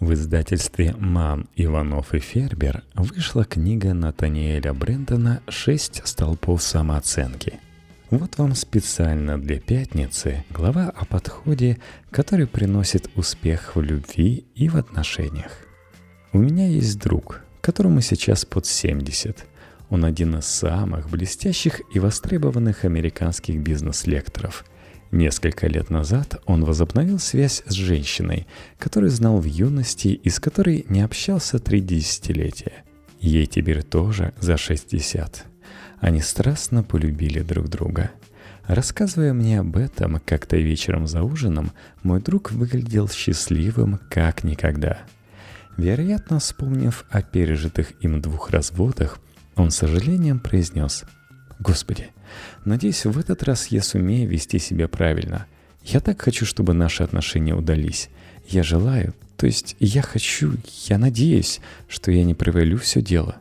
В издательстве «Ман, Иванов и Фербер» вышла книга Натаниэля Брэндона «6 столпов самооценки». Вот вам специально для пятницы глава о подходе, который приносит успех в любви и в отношениях. У меня есть друг, которому сейчас под 70. Он один из самых блестящих и востребованных американских бизнес-лекторов. Несколько лет назад он возобновил связь с женщиной, которую знал в юности и с которой не общался 3 десятилетия. Ей теперь тоже за 60. Они страстно полюбили друг друга. Рассказывая мне об этом как-то вечером за ужином, мой друг выглядел счастливым как никогда. Вероятно, вспомнив о пережитых им 2 разводах, он с сожалением произнес: «Господи, надеюсь, в этот раз я сумею вести себя правильно. Я так хочу, чтобы наши отношения удались. Я желаю, я надеюсь, что я не провалю все дело».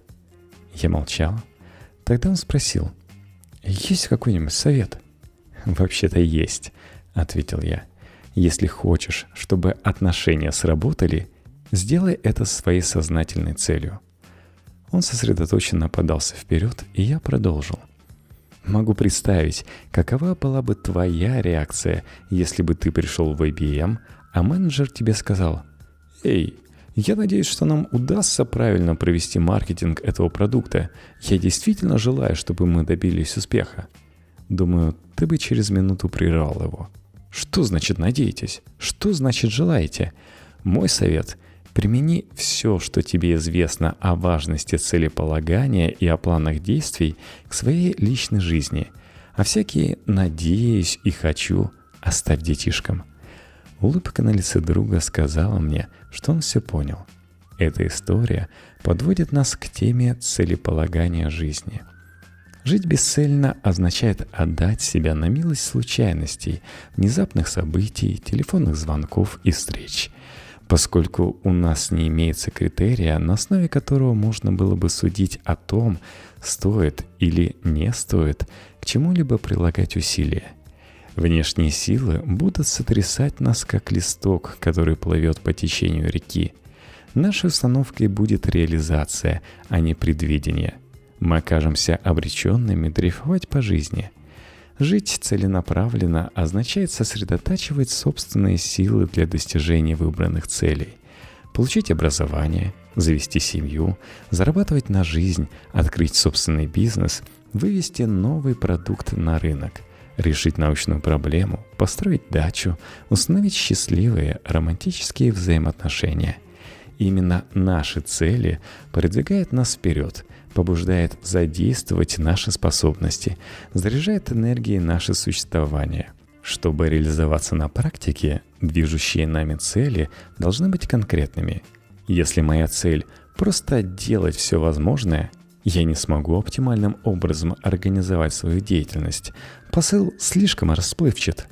Я молчал. Тогда он спросил: «Есть какой-нибудь совет?» «Вообще-то есть», — ответил я. «Если хочешь, чтобы отношения сработали, сделай это своей сознательной целью». Он сосредоточенно подался вперед, и я продолжил. «Могу представить, какова была бы твоя реакция, если бы ты пришел в IBM, а менеджер тебе сказал: «Эй, я надеюсь, что нам удастся правильно провести маркетинг этого продукта. Я действительно желаю, чтобы мы добились успеха». Думаю, ты бы через минуту прервал его. Что значит «надеетесь»? Что значит «желаете»? Мой совет — примени все, что тебе известно о важности целеполагания и о планах действий к своей личной жизни, а всякие «надеюсь» и «хочу» оставь детишкам. Улыбка на лице друга сказала мне, что он все понял. Эта история подводит нас к теме целеполагания жизни. Жить бесцельно означает отдать себя на милость случайностей, внезапных событий, телефонных звонков и встреч. Поскольку у нас не имеется критерия, на основе которого можно было бы судить о том, стоит или не стоит к чему-либо прилагать усилия. Внешние силы будут сотрясать нас, как листок, который плывет по течению реки. Нашей установкой будет реализация, а не предвидение. Мы окажемся обреченными дрейфовать по жизни. Жить целенаправленно означает сосредотачивать собственные силы для достижения выбранных целей. Получить образование, завести семью, зарабатывать на жизнь, открыть собственный бизнес, вывести новый продукт на рынок, решить научную проблему, построить дачу, установить счастливые романтические взаимоотношения. Именно наши цели продвигают нас вперед, побуждает задействовать наши способности, заряжает энергией наше существование. Чтобы реализоваться на практике, движущие нами цели должны быть конкретными. Если моя цель – просто делать все возможное, я не смогу оптимальным образом организовать свою деятельность. Посыл слишком расплывчат.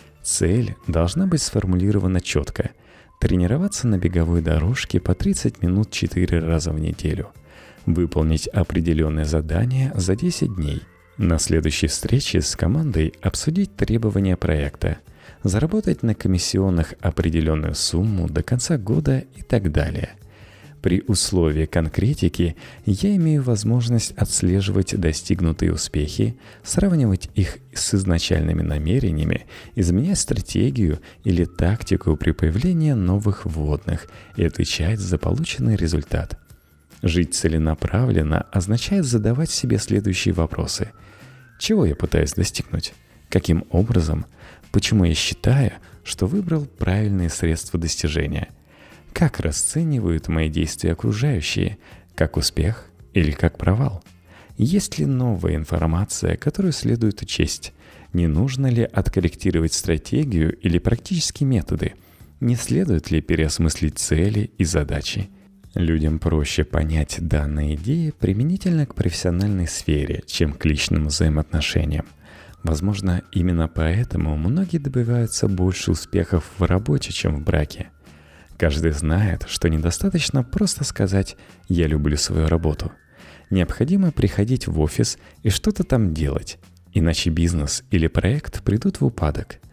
Цель должна быть сформулирована четко. Тренироваться на беговой дорожке по 30 минут 4 раза в неделю. Выполнить определенное задание за 10 дней. На следующей встрече с командой обсудить требования проекта. Заработать на комиссионных определенную сумму до конца года и так далее. При условии конкретики я имею возможность отслеживать достигнутые успехи, сравнивать их с изначальными намерениями, изменять стратегию или тактику при появлении новых вводных и отвечать за полученный результат. Жить целенаправленно означает задавать себе следующие вопросы. Чего я пытаюсь достигнуть? Каким образом? Почему я считаю, что выбрал правильные средства достижения? Как расценивают мои действия окружающие? Как успех или как провал? Есть ли новая информация, которую следует учесть? Не нужно ли откорректировать стратегию или практические методы? Не следует ли переосмыслить цели и задачи? Людям проще понять данные идеи применительно к профессиональной сфере, чем к личным взаимоотношениям. Возможно, именно поэтому многие добиваются больше успехов в работе, чем в браке. Каждый знает, что недостаточно просто сказать «я люблю свою работу». Необходимо приходить в офис и что-то там делать, иначе бизнес или проект придут в упадок.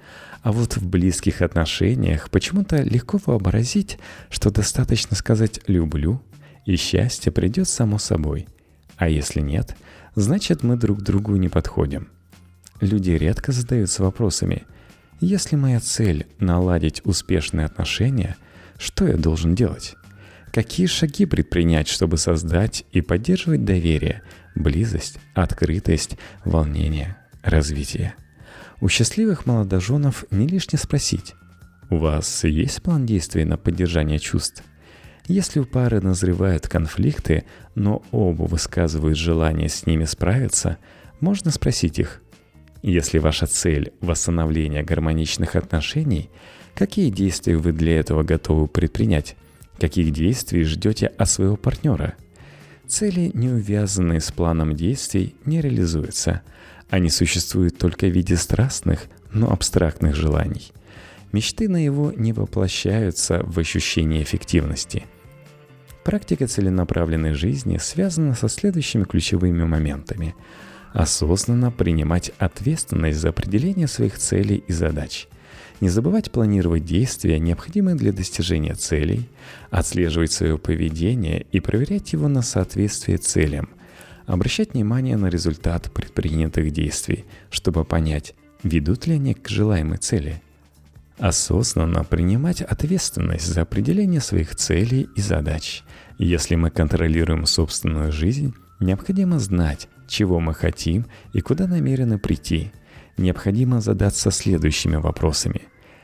А вот в близких отношениях почему-то легко вообразить, что достаточно сказать «люблю», и счастье придет само собой. А если нет, значит мы друг другу не подходим. Люди редко задаются вопросами: если моя цель – наладить успешные отношения, что я должен делать? Какие шаги предпринять, чтобы создать и поддерживать доверие, близость, открытость, волнение, развитие? У счастливых молодоженов не лишне спросить: у вас есть план действий на поддержание чувств? Если у пары назревают конфликты, но оба высказывают желание с ними справиться, можно спросить их: если ваша цель – восстановление гармоничных отношений, какие действия вы для этого готовы предпринять? Каких действий ждете от своего партнера? Цели, не увязанные с планом действий, не реализуются. Они существуют только в виде страстных, но абстрактных желаний. Мечты наяву не воплощаются в ощущении эффективности. Практика целенаправленной жизни связана со следующими ключевыми моментами. Осознанно принимать ответственность за определение своих целей и задач. Не забывать планировать действия, необходимые для достижения целей, отслеживать свое поведение и проверять его на соответствие целям. Обращать внимание на результат предпринятых действий, чтобы понять, ведут ли они к желаемой цели. Осознанно принимать ответственность за определение своих целей и задач. Если мы контролируем собственную жизнь, необходимо знать, чего мы хотим и куда намерены прийти. Необходимо задаться следующими вопросами.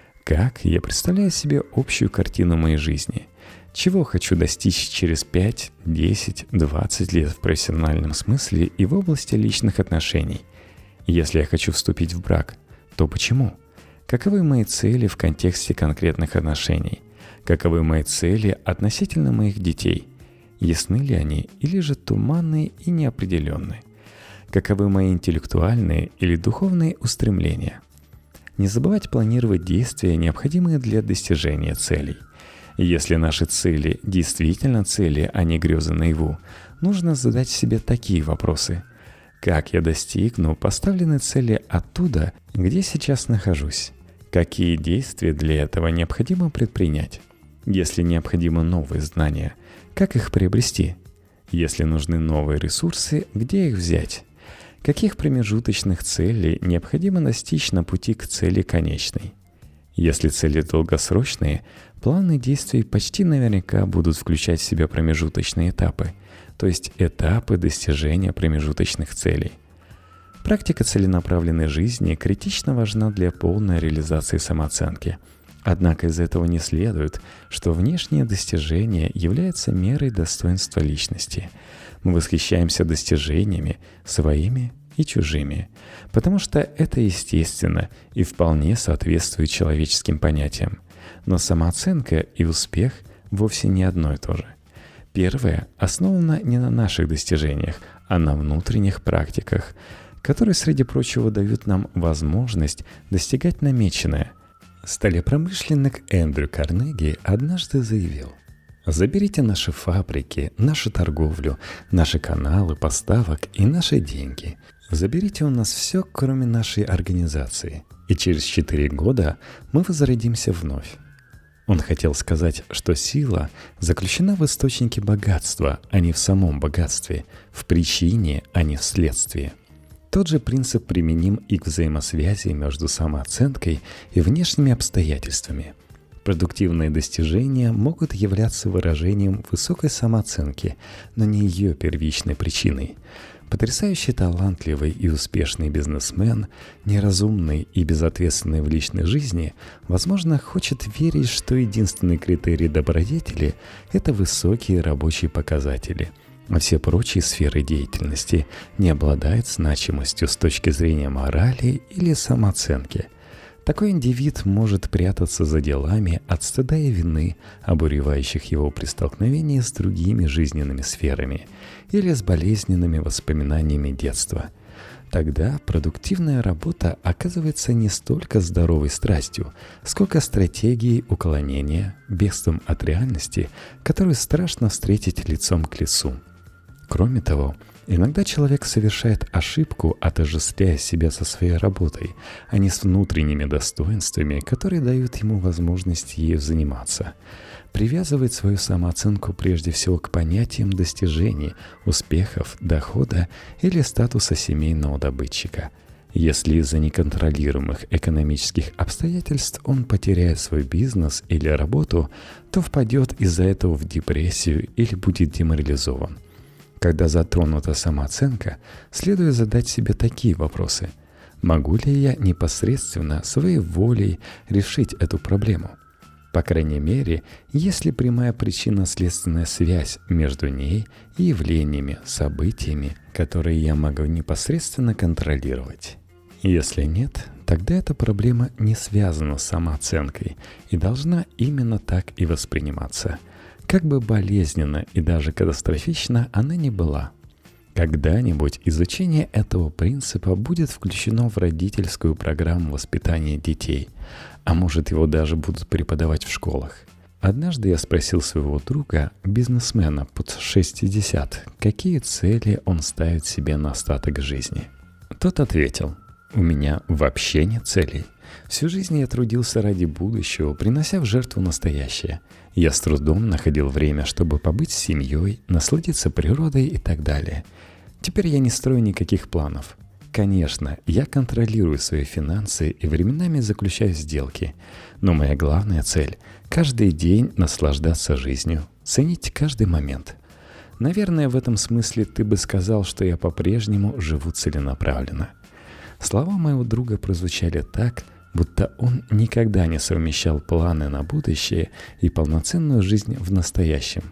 Как я представляю себе общую картину моей жизни? Чего хочу достичь через 5, 10, 20 лет в профессиональном смысле и в области личных отношений? Если я хочу вступить в брак, то почему? Каковы мои цели в контексте конкретных отношений? Каковы мои цели относительно моих детей? Ясны ли они или же туманные и неопределенные? Каковы мои интеллектуальные или духовные устремления? Не забывать планировать действия, необходимые для достижения целей. Если наши цели действительно цели, а не грезы наяву, нужно задать себе такие вопросы. Как я достигну поставленной цели оттуда, где сейчас нахожусь? Какие действия для этого необходимо предпринять? Если необходимы новые знания, как их приобрести? Если нужны новые ресурсы, где их взять? Каких промежуточных целей необходимо достичь на пути к цели конечной? Если цели долгосрочные, планы действий почти наверняка будут включать в себя промежуточные этапы, то есть этапы достижения промежуточных целей. Практика целенаправленной жизни критично важна для полной реализации самооценки. Однако из этого не следует, что внешние достижения являются мерой достоинства личности. Мы восхищаемся достижениями своими и чужими, потому что это естественно и вполне соответствует человеческим понятиям. Но самооценка и успех вовсе не одно и то же. Первое основано не на наших достижениях, а на внутренних практиках, которые, среди прочего, дают нам возможность достигать намеченное. Сталепромышленник Эндрю Карнеги однажды заявил: «Заберите наши фабрики, нашу торговлю, наши каналы поставок и наши деньги. Заберите у нас все, кроме нашей организации, и через 4 года мы возродимся вновь». Он хотел сказать, что сила заключена в источнике богатства, а не в самом богатстве, в причине, а не в следствии. Тот же принцип применим и к взаимосвязи между самооценкой и внешними обстоятельствами. Продуктивные достижения могут являться выражением высокой самооценки, но не ее первичной причиной. Потрясающе талантливый и успешный бизнесмен, неразумный и безответственный в личной жизни, возможно, хочет верить, что единственный критерий добродетели – это высокие рабочие показатели, а все прочие сферы деятельности не обладают значимостью с точки зрения морали или самооценки. Такой индивид может прятаться за делами от стыда и вины, обуревающих его при столкновении с другими жизненными сферами или с болезненными воспоминаниями детства. Тогда продуктивная работа оказывается не столько здоровой страстью, сколько стратегией уклонения, бегством от реальности, которую страшно встретить лицом к лицу. Кроме того, Иногда человек совершает ошибку, отождествляя себя со своей работой, а не с внутренними достоинствами, которые дают ему возможность ею заниматься. Привязывает свою самооценку прежде всего к понятиям достижений, успехов, дохода или статуса семейного добытчика. Если из-за неконтролируемых экономических обстоятельств он потеряет свой бизнес или работу, то впадет из-за этого в депрессию или будет деморализован. Когда затронута самооценка, следует задать себе такие вопросы. Могу ли я непосредственно своей волей решить эту проблему? По крайней мере, есть ли прямая причинно-следственная связь между ней и явлениями, событиями, которые я могу непосредственно контролировать? Если нет, тогда эта проблема не связана с самооценкой и должна именно так и восприниматься. Как бы болезненно и даже катастрофично она ни была. Когда-нибудь изучение этого принципа будет включено в родительскую программу воспитания детей, а может его даже будут преподавать в школах. Однажды я спросил своего друга, бизнесмена под 60, какие цели он ставит себе на остаток жизни. Тот ответил: «У меня вообще нет целей. Всю жизнь я трудился ради будущего, принося в жертву настоящее. Я с трудом находил время, чтобы побыть с семьей, насладиться природой и так далее. Теперь я не строю никаких планов. Конечно, я контролирую свои финансы и временами заключаю сделки. Но моя главная цель – каждый день наслаждаться жизнью, ценить каждый момент. Наверное, в этом смысле ты бы сказал, что я по-прежнему живу целенаправленно». Слова моего друга прозвучали так, будто он никогда не совмещал планы на будущее и полноценную жизнь в настоящем.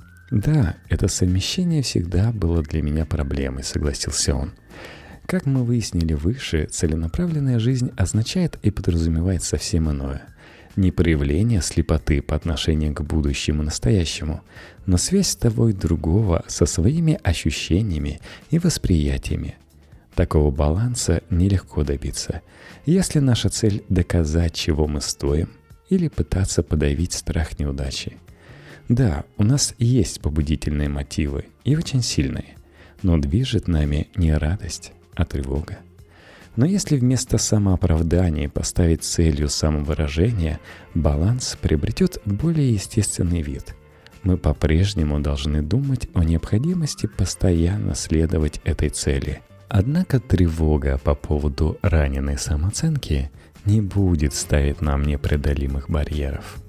«Да, это совмещение всегда было для меня проблемой», — согласился он. Как мы выяснили выше, целенаправленная жизнь означает и подразумевает совсем иное. Не проявление слепоты по отношению к будущему и настоящему, но связь того и другого со своими ощущениями и восприятиями. Такого баланса нелегко добиться, если наша цель – доказать, чего мы стоим, или пытаться подавить страх неудачи. Да, у нас есть побудительные мотивы, и очень сильные, но движет нами не радость, а тревога. Но если вместо самооправдания поставить целью самовыражения, баланс приобретет более естественный вид. Мы по-прежнему должны думать о необходимости постоянно следовать этой цели. Однако тревога по поводу раненой самооценки не будет ставить нам непреодолимых барьеров.